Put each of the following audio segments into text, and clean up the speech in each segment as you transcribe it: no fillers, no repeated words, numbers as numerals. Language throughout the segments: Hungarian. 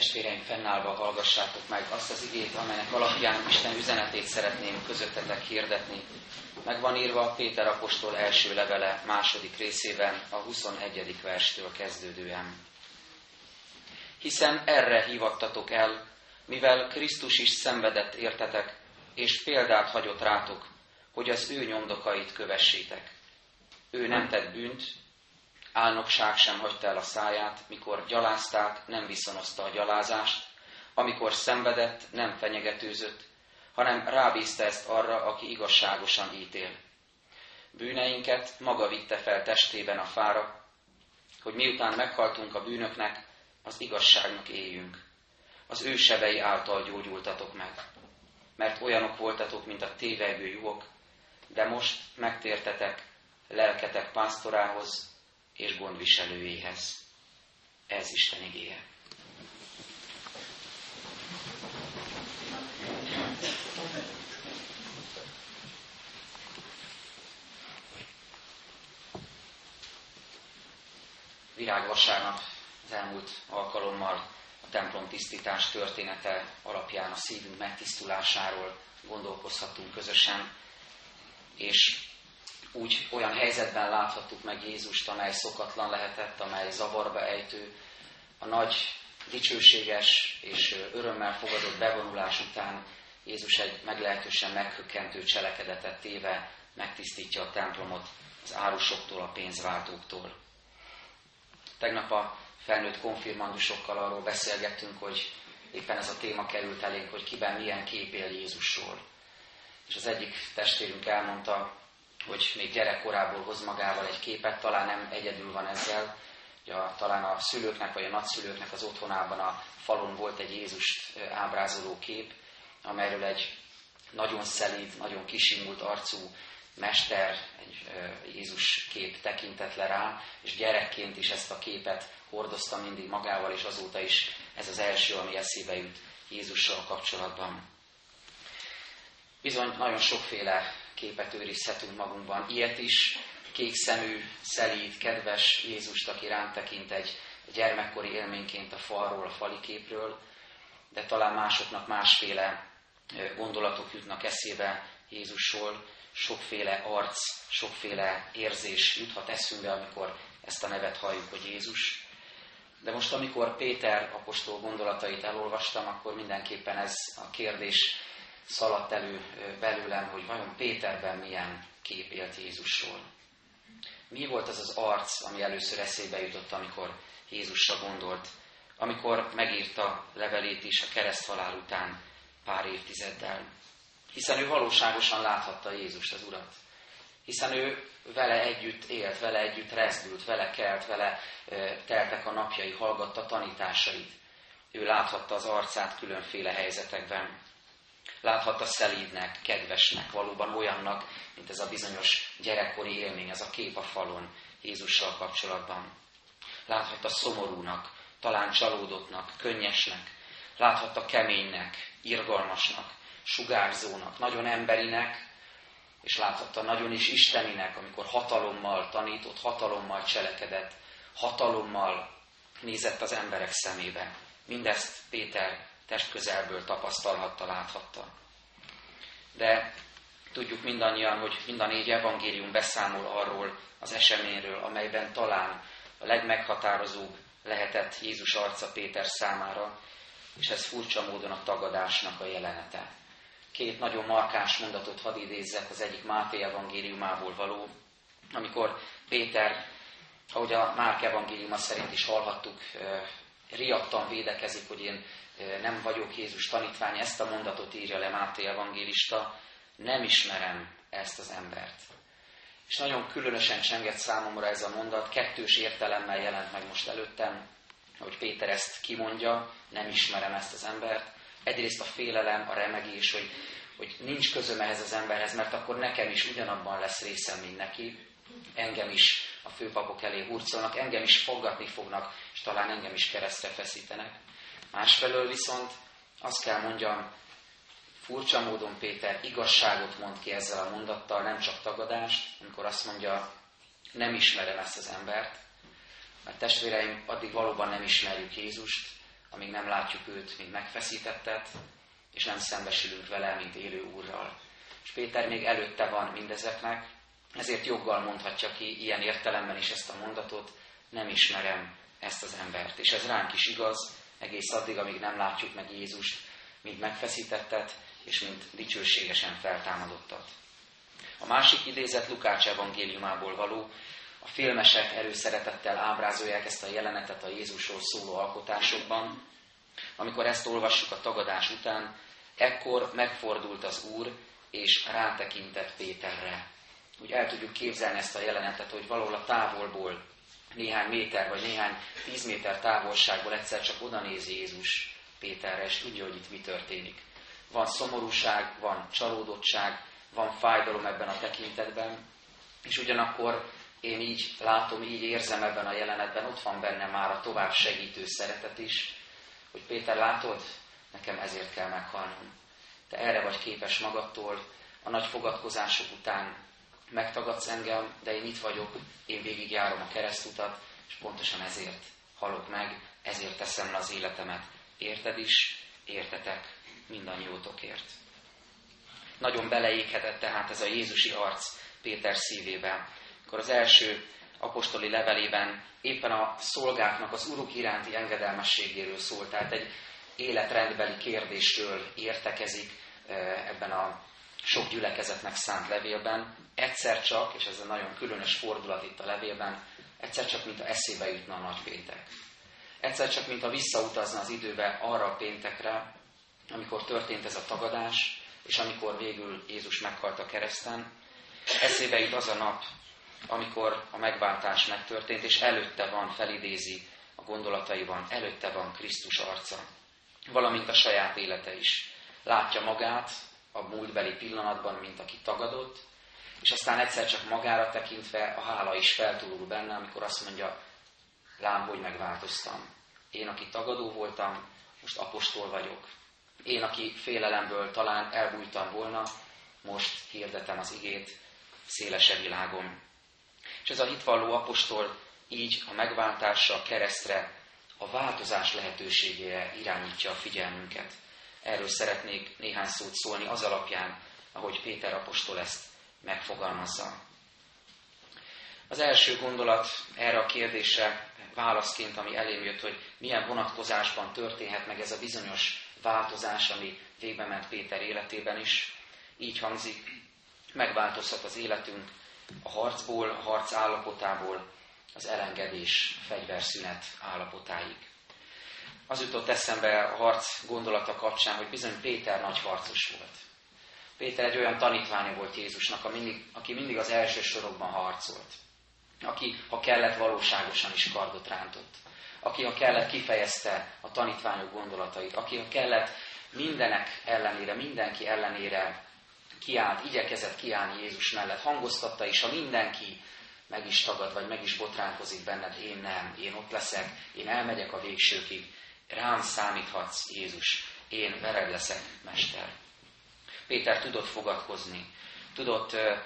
Testvéreim, fennállva hallgassátok meg azt az igét, amelynek alapján Isten üzenetét szeretném közöttetek hirdetni. Meg van írva Péter apostol első levele második részében, a 21. verstől kezdődően. Hiszen erre hívattatok el, mivel Krisztus is szenvedett értetek, és példát hagyott rátok, hogy az ő nyomdokait kövessétek. Ő nem tett bűnt, álnokság sem hagyta el a száját, mikor gyalázták, nem viszonozta a gyalázást, amikor szenvedett, nem fenyegetőzött, hanem rábízta ezt arra, aki igazságosan ítél. Bűneinket maga vitte fel testében a fára, hogy miután meghaltunk a bűnöknek, az igazságnak éljünk. Az ő sebei által gyógyultatok meg. Mert olyanok voltatok, mint a tévegő juhok, de most megtértetek lelketek pásztorához és gondviselőjéhez. Ez Isten igéje. Virágvasárnap az elmúlt alkalommal a templom tisztítás története alapján a szívünk megtisztulásáról gondolkozhattunk közösen, és úgy olyan helyzetben láthattuk meg Jézust, amely szokatlan lehetett, amely zavarba ejtő, a nagy, dicsőséges és örömmel fogadott bevonulás után Jézus egy meglehetősen meghökkentő cselekedetet téve megtisztítja a templomot az árusoktól, a pénzváltóktól. Tegnap a felnőtt konfirmandusokkal arról beszélgettünk, hogy éppen ez a téma került elénk, hogy kiben milyen kép él Jézusról. És az egyik testvérünk elmondta, hogy még gyerekkorából hoz magával egy képet, talán nem egyedül van ezzel, hogy talán a szülőknek vagy a nagyszülőknek az otthonában a falon volt egy Jézust ábrázoló kép, amelyről egy nagyon szelíd, nagyon kisimult arcú mester, egy Jézus kép tekintett le rá, és gyerekként is ezt a képet hordozta mindig magával, és azóta is ez az első, ami eszébe jut Jézussal kapcsolatban. Bizony nagyon sokféle képet őrizhetünk magunkban. Ilyet is, kékszemű, szelíd, kedves Jézust, aki ránk tekint egy gyermekkori élményként a falról, a fali képről, de talán másoknak másféle gondolatok jutnak eszébe Jézusról, sokféle arc, sokféle érzés juthat eszünkbe, amikor ezt a nevet halljuk, hogy Jézus. De most, amikor Péter apostol gondolatait elolvastam, akkor mindenképpen ez a kérdés szaladt elő belőlem, hogy vajon Péterben milyen kép élt Jézusról. Mi volt az az arc, ami először eszébe jutott, amikor Jézusra gondolt, amikor megírta levelét is a kereszthalál után pár évtizeddel. Hiszen ő valóságosan láthatta Jézust, az Urat. Hiszen ő vele együtt élt, vele együtt rezdült, vele kelt, vele teltek a napjai, hallgatta tanításait. Ő láthatta az arcát különféle helyzetekben. Láthatta szelídnek, kedvesnek, valóban olyannak, mint ez a bizonyos gyerekkori élmény, ez a kép a falon Jézussal kapcsolatban. Láthatta szomorúnak, talán csalódottnak, könnyesnek. Láthatta keménynek, irgalmasnak, sugárzónak, nagyon emberinek, és láthatta nagyon is isteninek, amikor hatalommal tanított, hatalommal cselekedett, hatalommal nézett az emberek szemébe. Mindezt Péter testközelből tapasztalhatta, láthatta. De tudjuk mindannyian, hogy mind a 4 evangélium beszámol arról az eseményről, amelyben talán a legmeghatározóbb lehetett Jézus arca Péter számára, és ez furcsa módon a tagadásnak a jelenete. 2 nagyon markáns mondatot hadd idézzek, az egyik Máté evangéliumából való, amikor Péter, ahogy a Márk evangéliuma szerint is hallhattuk, riadtan védekezik, hogy én nem vagyok Jézus tanítvány, ezt a mondatot írja le Máté evangélista, nem ismerem ezt az embert. És nagyon különösen csengett számomra ez a mondat, 2 értelemmel jelent meg most előttem, hogy Péter ezt kimondja, nem ismerem ezt az embert. Egyrészt a félelem, a remegés, hogy nincs közöm ehhez az emberhez, mert akkor nekem is ugyanabban lesz részem, mint neki. Engem is a főpapok elé hurcolnak, engem is foggatni fognak, és talán engem is keresztre feszítenek. Másfelől viszont azt kell mondjam, furcsa módon Péter igazságot mond ki ezzel a mondattal, nem csak tagadást, amikor azt mondja, nem ismerem ezt az embert, mert testvéreim, addig valóban nem ismerjük Jézust, amíg nem látjuk őt, mint megfeszítettet, és nem szembesülünk vele, mint élő Úrral. És Péter még előtte van mindezeknek, ezért joggal mondhatja ki ilyen értelemben is ezt a mondatot, nem ismerem ezt az embert. És ez ránk is igaz, egész addig, amíg nem látjuk meg Jézust, mint megfeszítettet, és mint dicsőségesen feltámadottat. A másik idézet Lukács evangéliumából való. A filmesek előszeretettel ábrázolják ezt a jelenetet a Jézusról szóló alkotásokban. Amikor ezt olvassuk a tagadás után, ekkor megfordult az Úr, és rátekintett Péterre. Úgy el tudjuk képzelni ezt a jelenetet, hogy valahol a távolból, néhány méter vagy néhány 10 méter távolságból egyszer csak oda néz Jézus Péterre, és tudja, hogy itt mi történik. Van szomorúság, van csalódottság, van fájdalom ebben a tekintetben, és ugyanakkor én így látom, így érzem ebben a jelenetben, ott van bennem már a tovább segítő szeretet is, hogy Péter, látod, nekem ezért kell meghalnom. Te erre vagy képes magadtól, a nagy fogadkozások után megtagadsz engem, de én itt vagyok, én végigjárom a keresztutat, és pontosan ezért halok meg, ezért teszem le az életemet. Érted is, értetek, mindannyiótokért. Nagyon beleéghetett tehát ez a jézusi arc Péter szívében. Akkor az első apostoli levelében éppen a szolgáknak az uruk iránti engedelmességéről szól, tehát egy életrendbeli kérdésről értekezik ebben a sok gyülekezetnek szánt levélben. Egyszer csak, és ez a nagyon különös fordulat itt a levélben, egyszer csak, mint a eszébe jutna a nagy péntek. Egyszer csak, mint a visszautazna az időbe arra a péntekre, amikor történt ez a tagadás, és amikor végül Jézus meghalt a kereszten. Eszébe jut az a nap, amikor a megváltás megtörtént, és előtte van, felidézi a gondolataiban, előtte van Krisztus arca, valamint a saját élete is. Látja magát a múltbeli pillanatban, mint aki tagadott, és aztán egyszer csak magára tekintve a hála is feltúlul benne, amikor azt mondja, lám, hogy megváltoztam. Én, aki tagadó voltam, most apostol vagyok. Én, aki félelemből talán elbújtam volna, most hirdetem az igét szélesebb világon. És ez a hitvalló apostol így a megváltásra, a keresztre, a változás lehetőségére irányítja a figyelmünket. Erről szeretnék néhány szót szólni az alapján, ahogy Péter apostol ezt megfogalmazza. Az első gondolat erre a kérdésre válaszként, ami elém jött, hogy milyen vonatkozásban történhet meg ez a bizonyos változás, ami végbe ment Péter életében is. Így hangzik, megváltozhat az életünk a harcból, a harc állapotából az elengedés, fegyverszünet állapotáig. Az jutott eszembe a harc gondolata kapcsán, hogy bizony Péter nagy harcos volt. Péter egy olyan tanítványa volt Jézusnak, aki mindig az első sorokban harcolt. Aki, ha kellett, valóságosan is kardot rántott. Aki, ha kellett, kifejezte a tanítványok gondolatait. Aki, ha kellett, mindenek ellenére, mindenki ellenére kiállt, igyekezett kiállni Jézus mellett. Hangoztatta is, ha mindenki meg is tagad, vagy meg is botránkozik benned, én nem, én ott leszek, én elmegyek a végsőkig. Rám számíthatsz, Jézus, én veled leszek, Mester. Péter tudott fogadkozni, tudta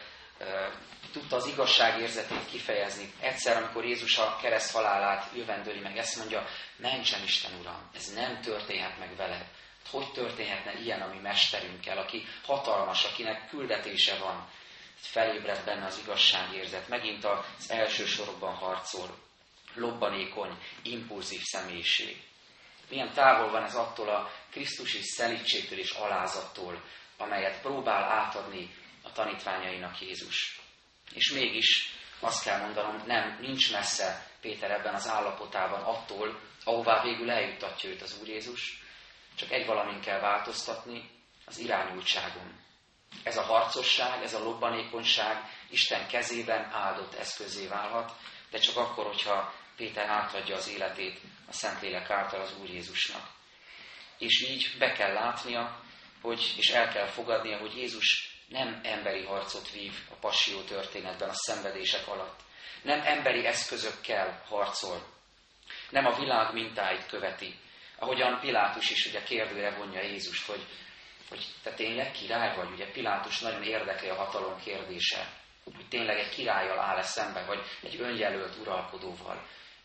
az igazság érzetét kifejezni. Egyszer, amikor Jézus a kereszt halálát jövendőli meg, ezt mondja, mentsen Isten Uram, ez nem történhet meg veled. Hogy történhetne ilyen a mi mesterünkkel, aki hatalmas, akinek küldetése van, felébred benne az igazságérzet, megint az első sorokban harcol, lobbanékony, impulzív személyiség. Milyen távol van ez attól a krisztusi szelídségtől és alázattól, amelyet próbál átadni a tanítványainak Jézus. És mégis azt kell mondanom, nincs messze Péter ebben az állapotában attól, ahová végül eljuttatja őt az Úr Jézus, csak egy valamin kell változtatni, az irányultságon. Ez a harcosság, ez a lobbanékonyság Isten kezében áldott eszközé válhat, de csak akkor, hogyha Péter átadja az életét a Szentlélek által az Úr Jézusnak. És így be kell látnia, és el kell fogadnia, hogy Jézus nem emberi harcot vív a passió történetben, a szenvedések alatt. Nem emberi eszközökkel harcol. Nem a világ mintáit követi. Ahogyan Pilátus is ugye kérdőre vonja Jézust, hogy te tényleg király vagy? Ugye Pilátus nagyon érdekli a hatalom kérdése. Hogy tényleg egy királlyal áll-e szembe, vagy egy önjelölt uralkodóval.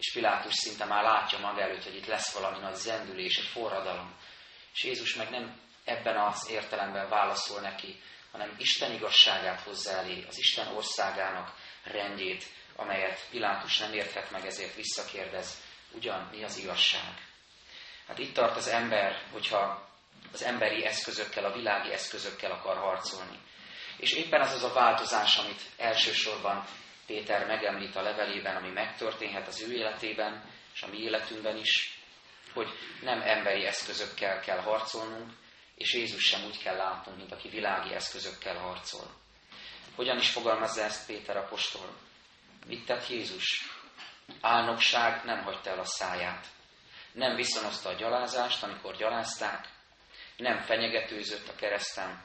És Pilátus szinte már látja maga előtt, hogy itt lesz valami nagy zendülés, egy forradalom. És Jézus meg nem ebben az értelemben válaszol neki, hanem Isten igazságát hozza elé, az Isten országának rendjét, amelyet Pilátus nem érthet meg, ezért visszakérdez, ugyan mi az igazság? Hát itt tart az ember, hogyha az emberi eszközökkel, a világi eszközökkel akar harcolni. És éppen az a változás, amit elsősorban Péter megemlít a levelében, ami megtörténhet az ő életében, és a mi életünkben is, hogy nem emberi eszközökkel kell harcolnunk, és Jézus sem úgy kell látnunk, mint aki világi eszközökkel harcol. Hogyan is fogalmazza ezt Péter apostol? Mit tett Jézus? Álnokság nem hagyta el a száját. Nem viszonozta a gyalázást, amikor gyalázták, nem fenyegetőzött a kereszten,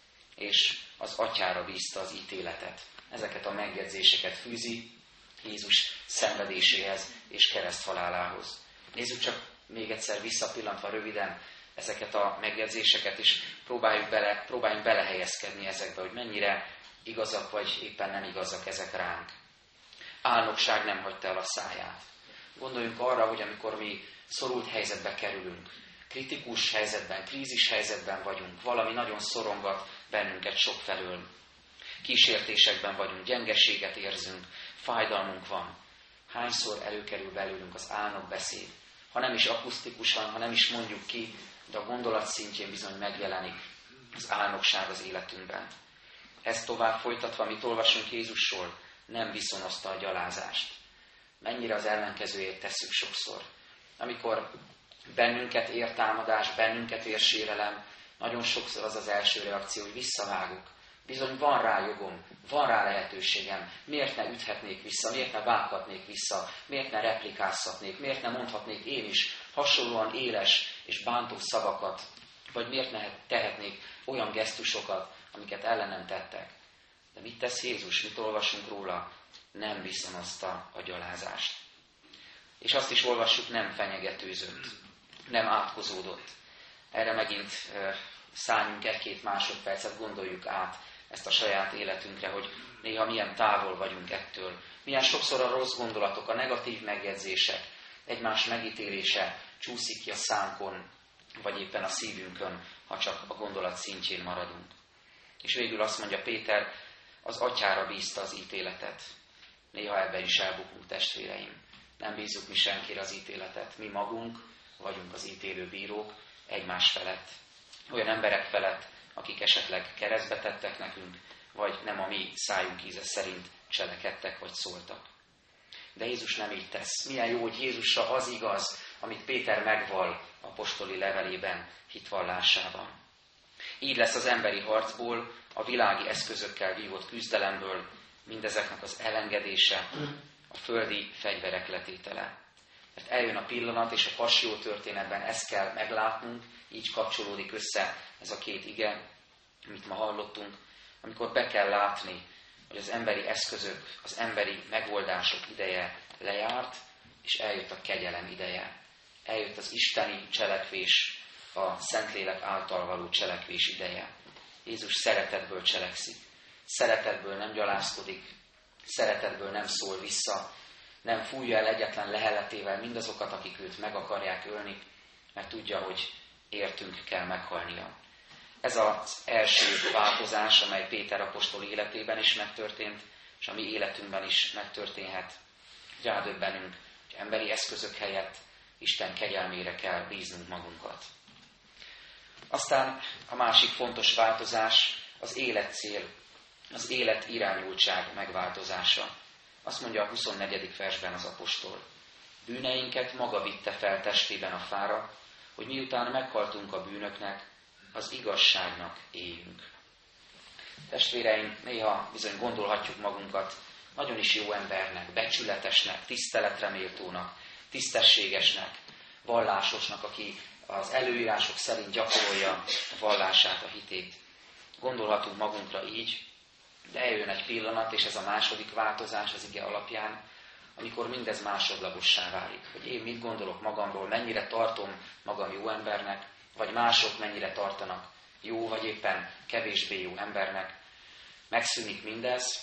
és az atyára bízta az ítéletet. Ezeket a megjegyzéseket fűzi Jézus szenvedéséhez és kereszthalálához. Nézzük csak még egyszer visszapillantva röviden ezeket a megjegyzéseket, és próbáljunk belehelyezkedni ezekbe, hogy mennyire igazak vagy éppen nem igazak ezek ránk. Álnokság nem hagyta el a száját. Gondoljunk arra, hogy amikor mi szorult helyzetbe kerülünk, kritikus helyzetben, krízis helyzetben vagyunk, valami nagyon szorongat bennünket sokfelől. Kísértésekben vagyunk, gyengeséget érzünk, fájdalmunk van. Hányszor előkerül belőlünk az álnokbeszéd? Ha nem is akusztikusan, ha nem is mondjuk ki, de a gondolat szintjén bizony megjelenik az álnokság az életünkben. Ezt tovább folytatva, amit olvasunk Jézusról, nem viszonozta a gyalázást. Mennyire az ellenkezőjét tesszük sokszor. Amikor bennünket ér támadás, bennünket ér sérelem, nagyon sokszor az az első reakció, hogy visszavágok. Bizony van rá jogom, van rá lehetőségem, miért ne üthetnék vissza, miért ne vághatnék vissza, miért ne replikázhatnék, miért ne mondhatnék én is hasonlóan éles és bántó szavakat, vagy miért ne tehetnék olyan gesztusokat, amiket ellenem tettek. De mit tesz Jézus, mit olvasunk róla? Nem viszonozta a gyalázást. És azt is olvassuk, nem fenyegetőzött, nem átkozódott. Erre megint szálljunk 1-2 másodpercet, gondoljuk át ezt a saját életünkre, hogy néha milyen távol vagyunk ettől. Milyen sokszor a rossz gondolatok, a negatív megjegyzések, egymás megítélése csúszik ki a szánkon, vagy éppen a szívünkön, ha csak a gondolat szintjén maradunk. És végül azt mondja Péter, az atyára bízta az ítéletet. Néha ebben is elbukunk, testvéreim. Nem bízzuk mi senkire az ítéletet. Mi magunk vagyunk az ítélő bírók egymás felett. Olyan emberek felett, akik esetleg keresztbe tettek nekünk, vagy nem a mi szájunk íze szerint cselekedtek, vagy szóltak. De Jézus nem így tesz. Milyen jó, hogy Jézusra az igaz, amit Péter megvall apostoli levelében, hitvallásában. Így lesz az emberi harcból, a világi eszközökkel vívott küzdelemből mindezeknek az elengedése, a földi fegyverek letétele. Mert eljön a pillanat, és a passzió történetben ezt kell meglátnunk, így kapcsolódik össze ez a 2 ige, amit ma hallottunk, amikor be kell látni, hogy az emberi eszközök, az emberi megoldások ideje lejárt, és eljött a kegyelem ideje. Eljött az isteni cselekvés, a Szentlélek által való cselekvés ideje. Jézus szeretetből cselekszik. Szeretetből nem gyalázkodik, szeretetből nem szól vissza, nem fújja el egyetlen leheletével mindazokat, akik őt meg akarják ölni, mert tudja, hogy értünk kell meghalnia. Ez az első változás, amely Péter apostol életében is megtörtént, és a mi életünkben is megtörténhet. Rádöbbenünk, hogy emberi eszközök helyett Isten kegyelmére kell bíznunk magunkat. Aztán a másik fontos változás az életcél, az életirányultság megváltozása. Azt mondja a 24. versben az apostol. Bűneinket maga vitte fel testében a fára, hogy miután meghaltunk a bűnöknek, az igazságnak éljünk. Testvéreim, néha bizony gondolhatjuk magunkat nagyon is jó embernek, becsületesnek, tiszteletre méltónak, tisztességesnek, vallásosnak, aki az előírások szerint gyakorolja a vallását, a hitét. Gondolhatunk magunkra így, de eljön egy pillanat, és ez a második változás az ige alapján, amikor mindez másodlagossá válik. Hogy én mit gondolok magamról, mennyire tartom magam jó embernek, vagy mások mennyire tartanak jó, vagy éppen kevésbé jó embernek. Megszűnik mindez,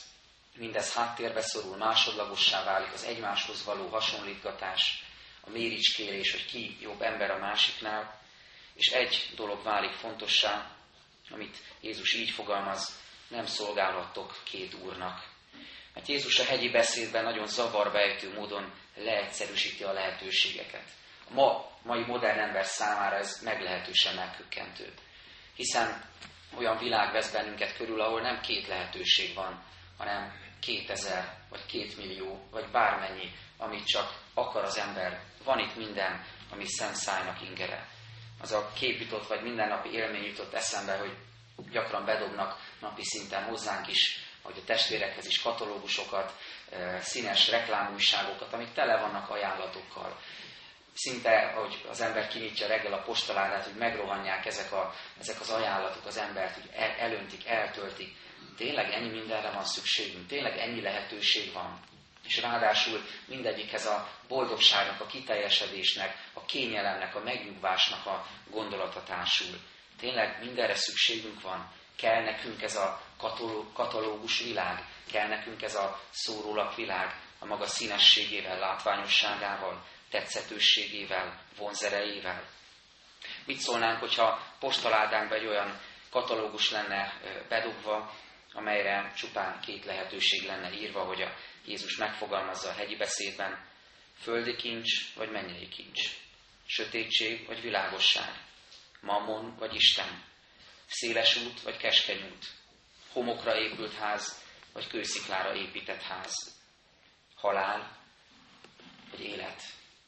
mindez háttérbe szorul, másodlagossá válik az egymáshoz való hasonlítgatás, a méricskélés, hogy ki jobb ember a másiknál, és egy dolog válik fontossá, amit Jézus így fogalmaz, nem szolgálhattok két úrnak. Mert Jézus a hegyi beszédben nagyon zavarba ejtő módon leegyszerűsíti a lehetőségeket. A mai modern ember számára ez meglehetősen meghökkentő. Hiszen olyan világ vesz bennünket körül, ahol nem két lehetőség van, hanem 2000, vagy 2 millió, vagy bármennyi, amit csak akar az ember. Van itt minden, ami szent szájnak ingere. Az a kép jutott, vagy mindennapi élmény jutott eszembe, hogy gyakran bedobnak napi szinten hozzánk is, vagy a testvérekhez is katalógusokat, színes reklámújságokat, amik tele vannak ajánlatokkal. Szinte, ahogy az ember kinyitja reggel a postaládát, hogy megrohanják ezek az ajánlatok az embert, hogy elöntik, eltöltik. Tényleg ennyi mindenre van szükségünk, tényleg ennyi lehetőség van. És ráadásul mindegyikhez a boldogságnak, a kiteljesedésnek, a kényelemnek, a megnyugvásnak a gondolata társul. Tényleg mindenre szükségünk van. Kell nekünk ez a katalógus világ, kell nekünk ez a szórólapvilág a maga színességével, látványosságával, tetszetőségével, vonzerejével. Mit szólnánk, hogyha postaládánkba egy olyan katalógus lenne bedugva, amelyre csupán 2 lehetőség lenne írva, hogy a Jézus megfogalmazza a hegyi beszédben, földi kincs vagy mennyei kincs, sötétség vagy világosság, mammon vagy Isten, széles út vagy keskeny út, homokra épült ház vagy kősziklára épített ház, halál vagy élet.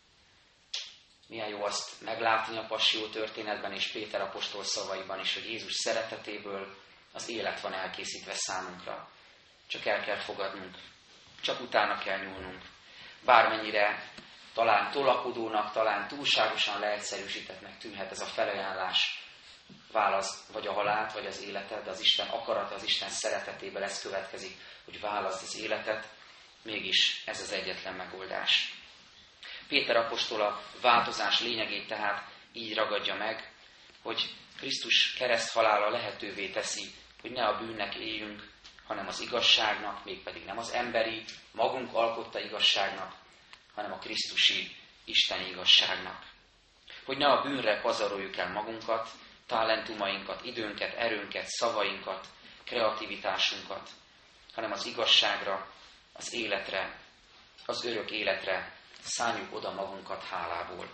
Milyen jó azt meglátni a Passzió történetben és Péter apostol szavaiban is, hogy Jézus szeretetéből az élet van elkészítve számunkra. Csak el kell fogadnunk, csak utána kell nyúlnunk. Bármennyire talán tolakodónak, talán túlságosan leegyszerűsítettnek tűnhet ez a felajánlás, válaszd vagy a halált, vagy az életet, de az Isten akarata, az Isten szeretetéből ez következik, hogy válaszd az életet, mégis ez az egyetlen megoldás. Péter apostol a változás lényegét tehát így ragadja meg, hogy Krisztus kereszthalála lehetővé teszi, hogy ne a bűnnek éljünk, hanem az igazságnak, mégpedig nem az emberi, magunk alkotta igazságnak, hanem a krisztusi isteni igazságnak. Hogy ne a bűnre pazaroljuk el magunkat, talentumainkat, időnket, erőnket, szavainkat, kreativitásunkat, hanem az igazságra, az életre, az örök életre szálljuk oda magunkat hálából.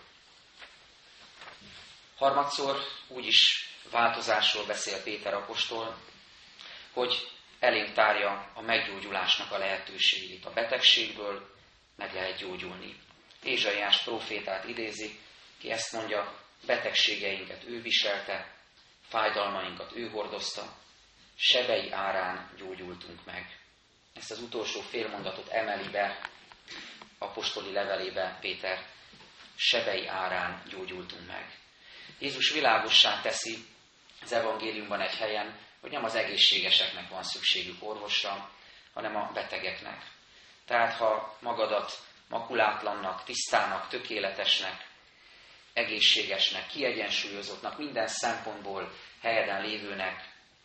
Harmadszor úgyis változásról beszél Péter apostol, hogy elénk tárja a meggyógyulásnak a lehetőségét. A betegségből meg lehet gyógyulni. Ézsaiás prófétát idézi, ki ezt mondja, betegségeinket ő viselte, fájdalmainkat ő hordozta, sebei árán gyógyultunk meg. Ezt az utolsó félmondatot emeli be apostoli levelébe Péter, sebei árán gyógyultunk meg. Jézus világossá teszi az evangéliumban egy helyen, hogy nem az egészségeseknek van szükségük orvosra, hanem a betegeknek. Tehát ha magadat makulátlannak, tisztának, tökéletesnek, egészségesnek, kiegyensúlyozottnak, minden szempontból helyeden lévőnek,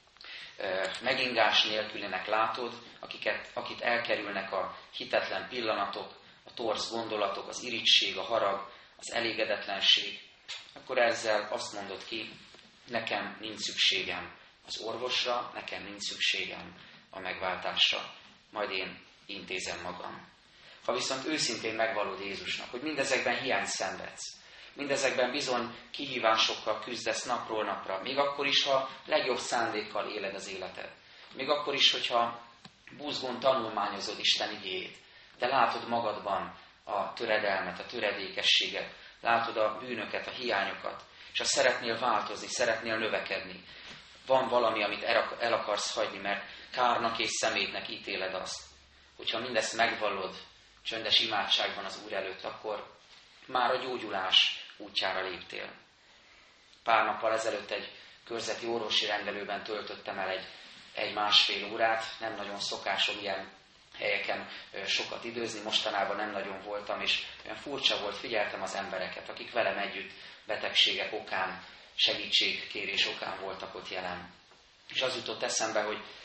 megingás nélkülinek látod, akit elkerülnek a hitetlen pillanatok, a torz gondolatok, az irigység, a harag, az elégedetlenség, akkor ezzel azt mondod ki, nekem nincs szükségem az orvosra, nekem nincs szükségem a megváltásra, majd én intézem magam. Ha viszont őszintén megvallod Jézusnak, hogy mindezekben hiányt szenvedsz, mindezekben bizony kihívásokkal küzdesz napról napra, még akkor is, ha legjobb szándékkal éled az életed, még akkor is, hogyha buzgón tanulmányozod Isten igéjét, de látod magadban a töredelmet, a töredékességet, látod a bűnöket, a hiányokat, és ha szeretnél változni, szeretnél növekedni, van valami, amit el akarsz hagyni, mert kárnak és szemétnek ítéled azt, hogyha mindezt megvallod csöndes imádságban az Úr előtt, akkor már a gyógyulás útjára léptél. Pár nappal ezelőtt egy körzeti orvosi rendelőben töltöttem el egy másfél órát, nem nagyon szokásom ilyen helyeken sokat időzni, mostanában nem nagyon voltam, és olyan furcsa volt, figyeltem az embereket, akik velem együtt betegségek okán, segítségkérés okán voltak ott jelen. És az jutott eszembe, hogy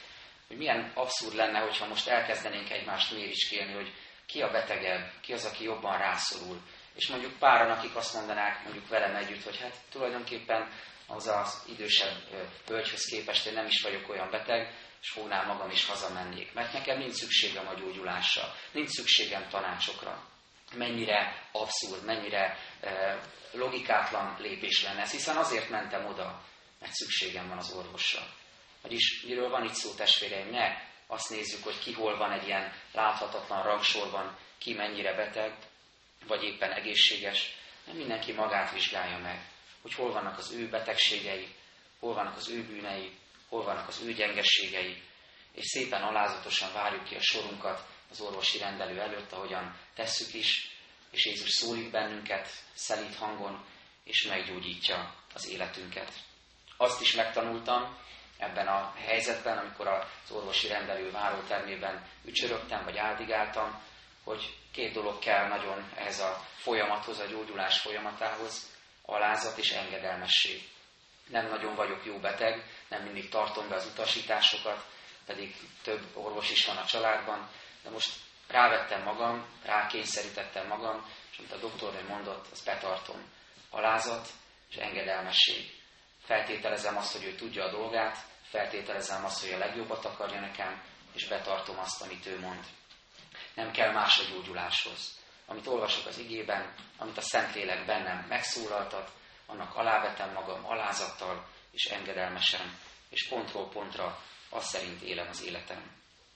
hogy milyen abszurd lenne, hogyha most elkezdenénk egymást méricskélni, hogy ki a betegebb, ki az, aki jobban rászorul. És mondjuk páran, akik azt mondanák, mondjuk velem együtt, hogy hát tulajdonképpen az az idősebb hölgyhöz képest én nem is vagyok olyan beteg, és fognám magam is hazamennék. Mert nekem nincs szükségem a gyógyulásra, nincs szükségem tanácsokra. Mennyire abszurd, mennyire logikátlan lépés lenne ez, hiszen azért mentem oda, mert szükségem van az orvosra. Vagyis miről van itt szó, testvéreim? Ne azt nézzük, hogy ki hol van egy ilyen láthatatlan rangsorban, ki mennyire beteg, vagy éppen egészséges. Nem mindenki magát vizsgálja meg, hogy hol vannak az ő betegségei, hol vannak az ő bűnei, hol vannak az ő gyengeségei, és szépen alázatosan várjuk ki a sorunkat az orvosi rendelő előtt, ahogyan tesszük is, és Jézus szólít bennünket szelíd hangon, és meggyógyítja az életünket. Azt is megtanultam ebben a helyzetben, amikor az orvosi rendelő várótermében ücsörögtem, vagy áldigáltam, hogy két dolog kell nagyon ehhez a folyamathoz, a gyógyulás folyamatához, alázat és engedelmesség. Nem nagyon vagyok jó beteg, nem mindig tartom be az utasításokat, pedig több orvos is van a családban, de most rávettem magam, rákényszerítettem magam, és amit a doktornő mondott, azt betartom. Alázat és engedelmesség. Feltételezem azt, hogy ő tudja a dolgát, feltételezem azt, hogy a legjobbat akarja nekem, és betartom azt, amit ő mond. Nem kell más a gyógyuláshoz. Amit olvasok az igében, amit a Szentlélek bennem megszólaltat, annak alávetem magam alázattal és engedelmesen, és pontról pontra azt szerint élem az életem.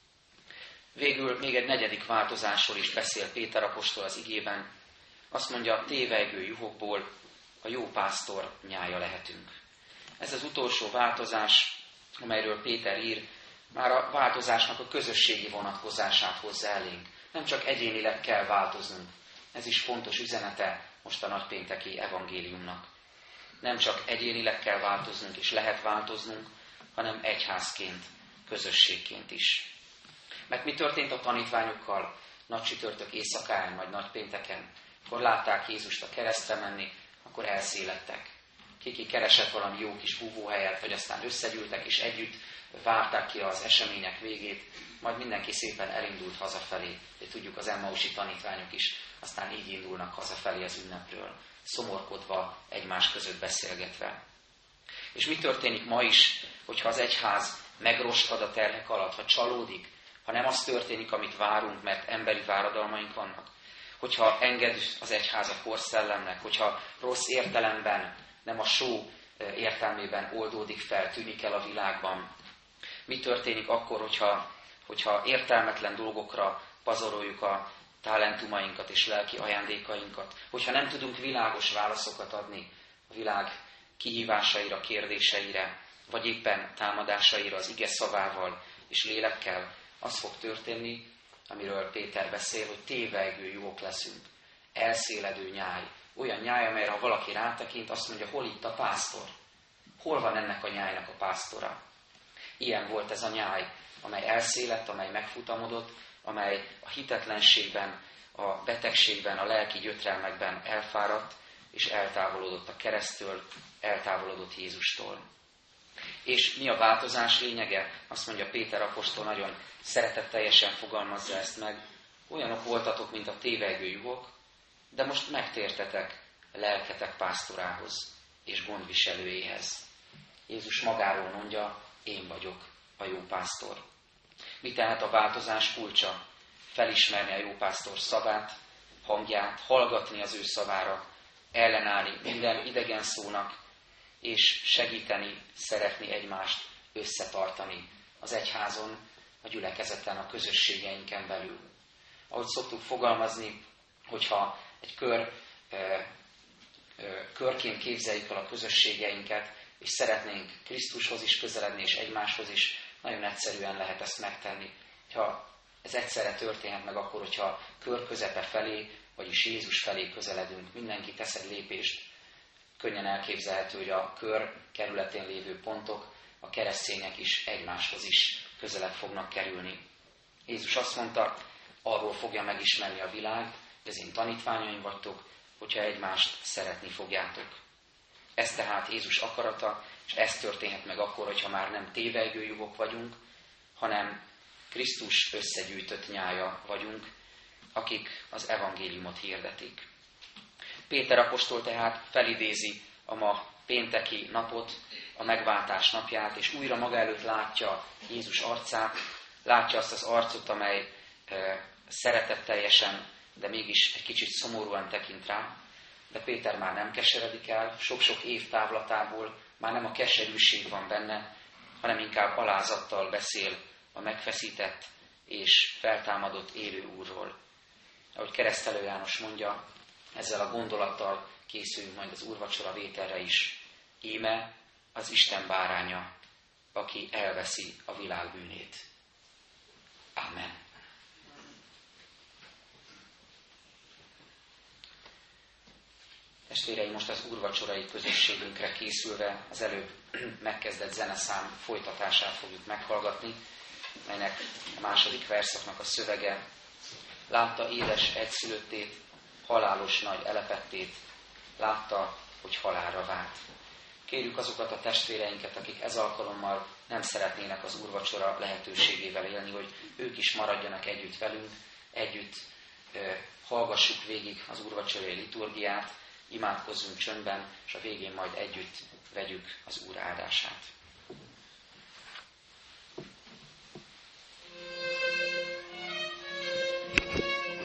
Végül még egy negyedik változásról is beszél Péter apostol az igében. Azt mondja, tévejgő juhokból a jó pásztor nyája lehetünk. Ez az utolsó változás, amelyről Péter ír, már a változásnak a közösségi vonatkozását hozza elénk. Nem csak egyénileg kell változnunk. Ez is fontos üzenete most a nagypénteki evangéliumnak. Nem csak egyénileg kell változnunk és lehet változnunk, hanem egyházként, közösségként is. Mert mi történt a tanítványokkal nagy csütörtök éjszakáján vagy nagypénteken? Akkor látták Jézust a keresztre menni, akkor elszélettek. Ki keresett valami jó kis búvóhelyet, vagy aztán összegyűltek és együtt várták ki az események végét, majd mindenki szépen elindult hazafelé. De tudjuk, az emmausi tanítványok is aztán így indulnak hazafelé az ünnepről, szomorkodva, egymás között beszélgetve. És mi történik ma is, hogyha az egyház megroskad a terhek alatt, ha csalódik, ha nem az történik, amit várunk, mert emberi váradalmaink vannak? Hogyha enged az egyház a korszellemnek, hogyha rossz értelemben, nem a só értelmében oldódik fel, tűnik el a világban. Mi történik akkor, hogyha értelmetlen dolgokra pazaroljuk a talentumainkat és lelki ajándékainkat? Hogyha nem tudunk világos válaszokat adni a világ kihívásaira, kérdéseire, vagy éppen támadásaira az ige szavával és lélekkel, az fog történni, amiről Péter beszél, hogy tévejgő juhok leszünk. Elszéledő nyáj. Olyan nyáj, amelyre ha valaki rátekint, azt mondja, hol itt a pásztor? Hol van ennek a nyájnak a pásztora? Ilyen volt ez a nyáj, amely elszélett, amely megfutamodott, amely a hitetlenségben, a betegségben, a lelki gyötrelmekben elfáradt, és eltávolodott a keresztől, eltávolodott Jézustól. És mi a változás lényege? Azt mondja Péter apostol, nagyon szeretetteljesen fogalmazza ezt meg. Olyanok voltatok, mint a tévejgő juhok, de most megtértetek lelketek pásztorához és gondviselőjéhez. Jézus magáról mondja, én vagyok a jó pásztor. Mi tehát a változás kulcsa? Felismerni a jó pásztor szavát, hangját, hallgatni az ő szavára, ellenállni minden idegen szónak, és segíteni, szeretni egymást, összetartani az egyházon, a gyülekezeten, a közösségeinken belül. Ahogy szoktuk fogalmazni, hogyha egy körként képzeljük el a közösségeinket, és szeretnénk Krisztushoz is közeledni, és egymáshoz is, nagyon egyszerűen lehet ezt megtenni. Ha ez egyszerre történhet meg akkor, hogyha kör közepe felé, vagyis Jézus felé közeledünk, mindenki tesz egy lépést, könnyen elképzelhető, hogy a kör kerületén lévő pontok, a keresztények is egymáshoz is közelebb fognak kerülni. Jézus azt mondta, arról fogja megismerni a világ, hogy az én tanítványaim vagytok, hogyha egymást szeretni fogjátok. Ez tehát Jézus akarata, és ez történhet meg akkor, hogyha már nem tévejgő juhok vagyunk, hanem Krisztus összegyűjtött nyája vagyunk, akik az evangéliumot hirdetik. Péter apostol tehát felidézi a ma pénteki napot, a megváltás napját, és újra maga előtt látja Jézus arcát, látja azt az arcot, amely szeretetteljesen, de mégis egy kicsit szomorúan tekint rá. De Péter már nem keseredik el, sok-sok év távlatából már nem a keserűség van benne, hanem inkább alázattal beszél a megfeszített és feltámadott élő Úrról. Ahogy Keresztelő János mondja, ezzel a gondolattal készüljünk majd az úrvacsora vételre is. Íme az Isten báránya, aki elveszi a világ bűnét. Amen. Testvéreim, most az úrvacsorai közösségünkre készülve az előbb megkezdett zeneszám folytatását fogjuk meghallgatni, melynek a második verszaknak a szövege: látta édes egyszülöttét, halálos nagy elepettét, látta, hogy halálra vált. Kérjük azokat a testvéreinket, akik ez alkalommal nem szeretnének az úrvacsora lehetőségével élni, hogy ők is maradjanak együtt velünk, együtt hallgassuk végig az úrvacsorai liturgiát, imádkozzunk csöndben, és a végén majd együtt vegyük az Úr áldását.